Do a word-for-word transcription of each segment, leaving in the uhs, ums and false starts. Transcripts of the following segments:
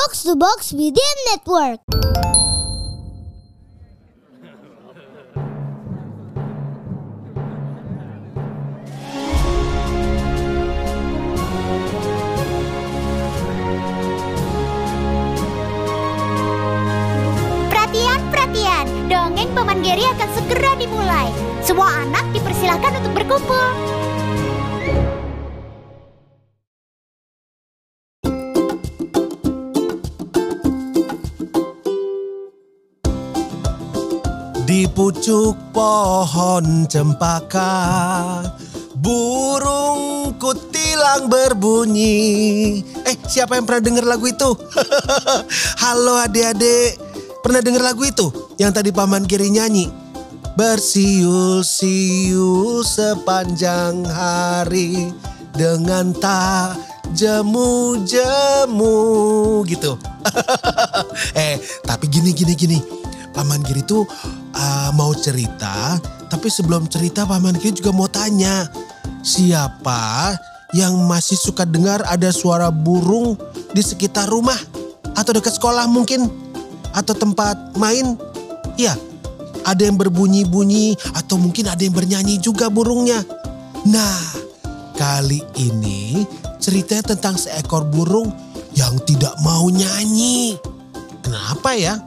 Box to Box Media Network. Perhatian, dongeng Paman Geri akan segera dimulai. Semua anak dipersilahkan untuk berkumpul. Di pucuk pohon cempaka, burung kutilang berbunyi. Eh, siapa yang pernah dengar lagu itu? Halo adik-adik, pernah dengar lagu itu? Yang tadi Paman Geri nyanyi. Bersiul-siul sepanjang hari dengan tak jemu-jemu gitu. eh, tapi gini gini gini. Paman Geri tuh uh, mau cerita, tapi sebelum cerita Paman Geri juga mau tanya. Siapa yang masih suka dengar ada suara burung di sekitar rumah? Atau dekat sekolah mungkin? Atau tempat main? Ya, ada yang berbunyi-bunyi atau mungkin ada yang bernyanyi juga burungnya. Nah, kali ini ceritanya tentang seekor burung yang tidak mau nyanyi. Kenapa ya?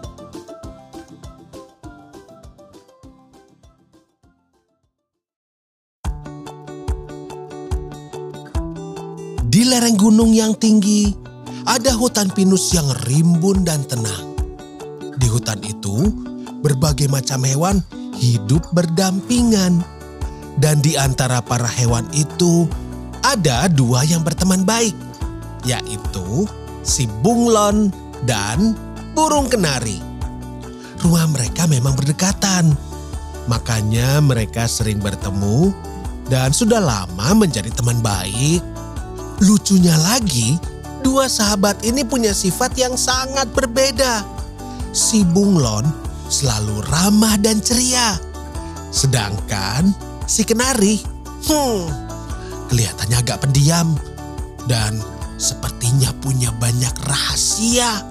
Di lereng gunung yang tinggi, ada hutan pinus yang rimbun dan tenang. Di hutan itu, berbagai macam hewan hidup berdampingan. Dan di antara para hewan itu, ada dua yang berteman baik, yaitu si bunglon dan burung kenari. Rumah mereka memang berdekatan, makanya mereka sering bertemu dan sudah lama menjadi teman baik. Lucunya lagi, dua sahabat ini punya sifat yang sangat berbeda. Si bunglon selalu ramah dan ceria. Sedangkan si kenari, hmm, kelihatannya agak pendiam dan sepertinya punya banyak rahasia.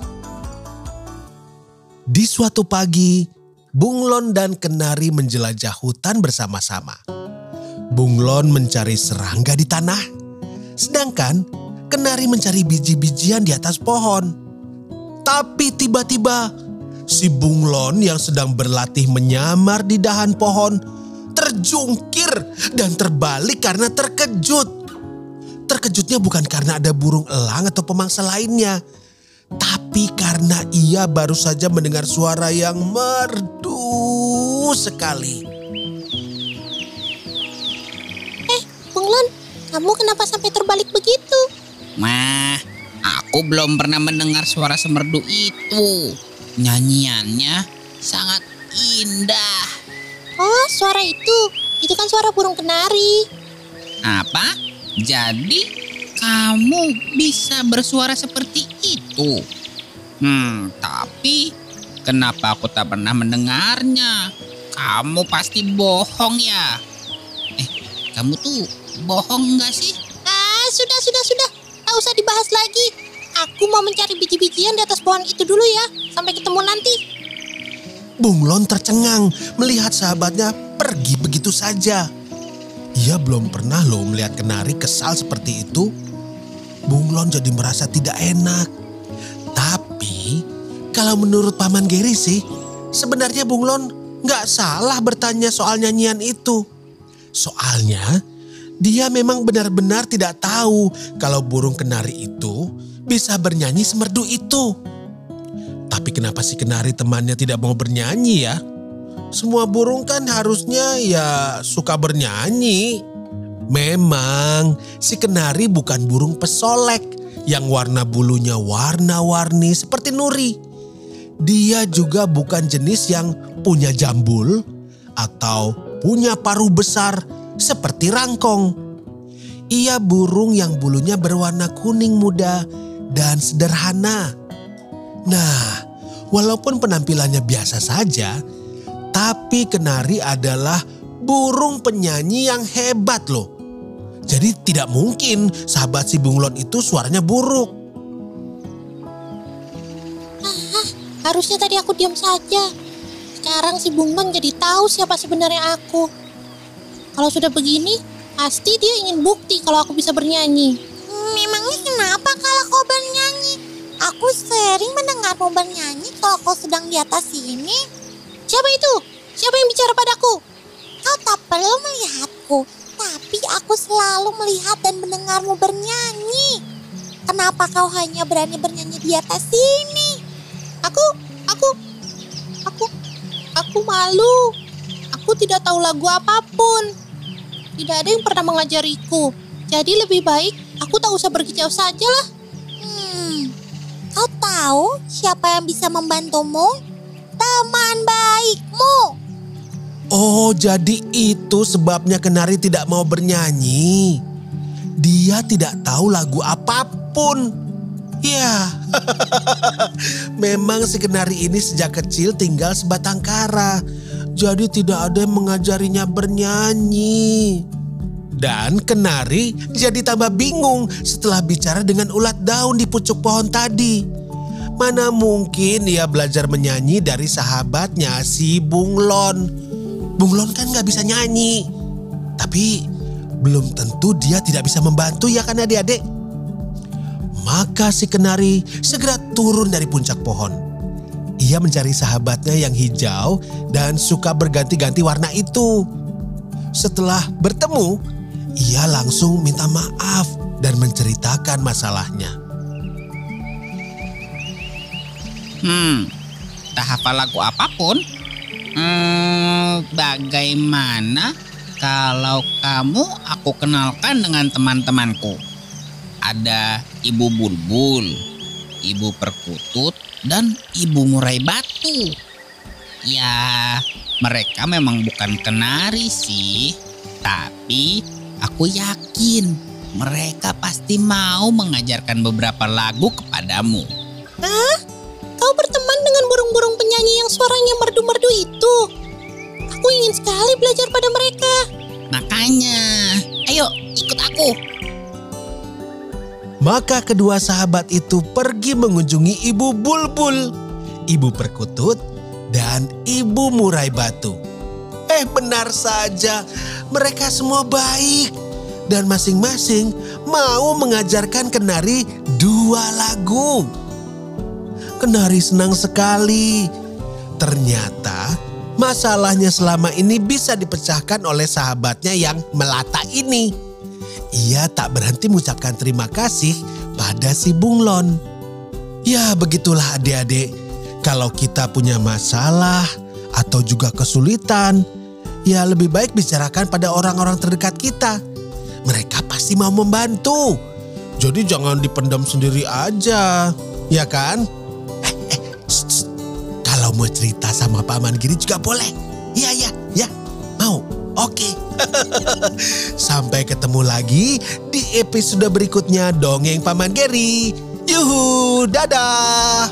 Di suatu pagi, bunglon dan kenari menjelajah hutan bersama-sama. Bunglon mencari serangga di tanah, sedangkan kenari mencari biji-bijian di atas pohon. Tapi tiba-tiba si bunglon yang sedang berlatih menyamar di dahan pohon terjungkir dan terbalik karena terkejut. Terkejutnya bukan karena ada burung elang atau pemangsa lainnya, tapi karena ia baru saja mendengar suara yang merdu sekali. Eh, bunglon, kamu kenapa sampai terbalik begitu? Mah, aku belum pernah mendengar suara semerdu itu. Nyanyiannya sangat indah. Oh, suara itu. Itu kan suara burung kenari. Apa? Jadi kamu bisa bersuara seperti itu? Hmm, tapi kenapa aku tak pernah mendengarnya? Kamu pasti bohong ya? Eh, kamu tuh bohong nggak sih? Ah, sudah, sudah, sudah. Tak usah dibahas lagi. Aku mau mencari biji-bijian di atas pohon itu dulu ya. Sampai ketemu nanti. Bunglon tercengang melihat sahabatnya pergi begitu saja. Ia belum pernah loh melihat kenari kesal seperti itu. Bunglon jadi merasa tidak enak. Tapi kalau menurut Paman Geri sih, sebenarnya Bunglon nggak salah bertanya soal nyanyian itu. Soalnya dia memang benar-benar tidak tahu kalau burung kenari itu bisa bernyanyi semerdu itu. Tapi kenapa si kenari temannya tidak mau bernyanyi ya? Semua burung kan harusnya ya suka bernyanyi. Memang si kenari bukan burung pesolek yang warna bulunya warna-warni seperti nuri. Dia juga bukan jenis yang punya jambul atau punya paruh besar seperti rangkong. Ia burung yang bulunya berwarna kuning muda dan sederhana. Nah, walaupun penampilannya biasa saja, tapi kenari adalah burung penyanyi yang hebat loh. Jadi tidak mungkin sahabat si bunglon itu suaranya buruk. Harusnya tadi aku diam saja. Sekarang si Bunglon jadi tahu siapa sebenarnya aku. Kalau sudah begini, pasti dia ingin bukti kalau aku bisa bernyanyi. Memangnya kenapa kalau kau bernyanyi? Aku sering mendengarmu bernyanyi kalau kau sedang di atas sini. Siapa itu? Siapa yang bicara padaku? Kau tak perlu melihatku, tapi aku selalu melihat dan mendengarmu bernyanyi. Kenapa kau hanya berani bernyanyi di atas sini? Aku, aku, aku, aku malu. Aku tidak tahu lagu apapun. Tidak ada yang pernah mengajariku. Jadi lebih baik aku tak usah pergi jauh saja lah. Hmm, kau tahu siapa yang bisa membantumu? Teman baikmu. Oh, jadi itu sebabnya Kenari tidak mau bernyanyi. Dia tidak tahu lagu apapun. Ya, memang si Kenari ini sejak kecil tinggal sebatang kara. Jadi tidak ada yang mengajarinya bernyanyi. Dan Kenari jadi tambah bingung setelah bicara dengan ulat daun di pucuk pohon tadi. Mana mungkin ia belajar menyanyi dari sahabatnya si Bunglon. Bunglon kan gak bisa nyanyi. Tapi belum tentu dia tidak bisa membantu, ya kan adik-adik? Maka si Kenari segera turun dari puncak pohon. Ia mencari sahabatnya yang hijau dan suka berganti-ganti warna itu. Setelah bertemu, ia langsung minta maaf dan menceritakan masalahnya. Hmm, tak hafal lagu apapun. Hmm, bagaimana kalau kamu aku kenalkan dengan teman-temanku? Ada Ibu Bulbul, Ibu Perkutut, dan Ibu Murai Batu. Ya, mereka memang bukan kenari sih. Tapi aku yakin mereka pasti mau mengajarkan beberapa lagu kepadamu. Hah? Kau berteman dengan burung-burung penyanyi yang suaranya merdu-merdu itu? Aku ingin sekali belajar pada mereka. Makanya, ayo ikut aku. Maka kedua sahabat itu pergi mengunjungi Ibu Bulbul, Ibu Perkutut, dan Ibu Murai Batu. Eh, benar saja, mereka semua baik. Dan masing-masing mau mengajarkan Kenari dua lagu. Kenari senang sekali. Ternyata masalahnya selama ini bisa dipecahkan oleh sahabatnya yang melata ini. Ia tak berhenti mengucapkan terima kasih pada si Bunglon. Ya, begitulah adik-adik. Kalau kita punya masalah atau juga kesulitan, ya lebih baik bicarakan pada orang-orang terdekat kita. Mereka pasti mau membantu. Jadi jangan dipendam sendiri aja, ya kan? Eh, eh, shh, shh. Kalau mau cerita sama Paman Giri juga boleh. Iya, iya, ya. Mau? Oke. Sampai ketemu lagi di episode berikutnya Dongeng Paman Geri. Yuhu, dadah.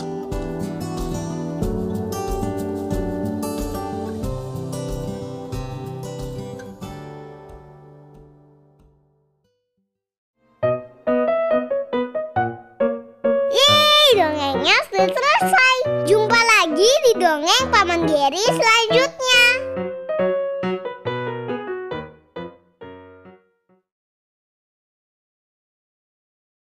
Yeay, dongengnya sudah selesai. Jumpa lagi di Dongeng Paman Geri selanjutnya.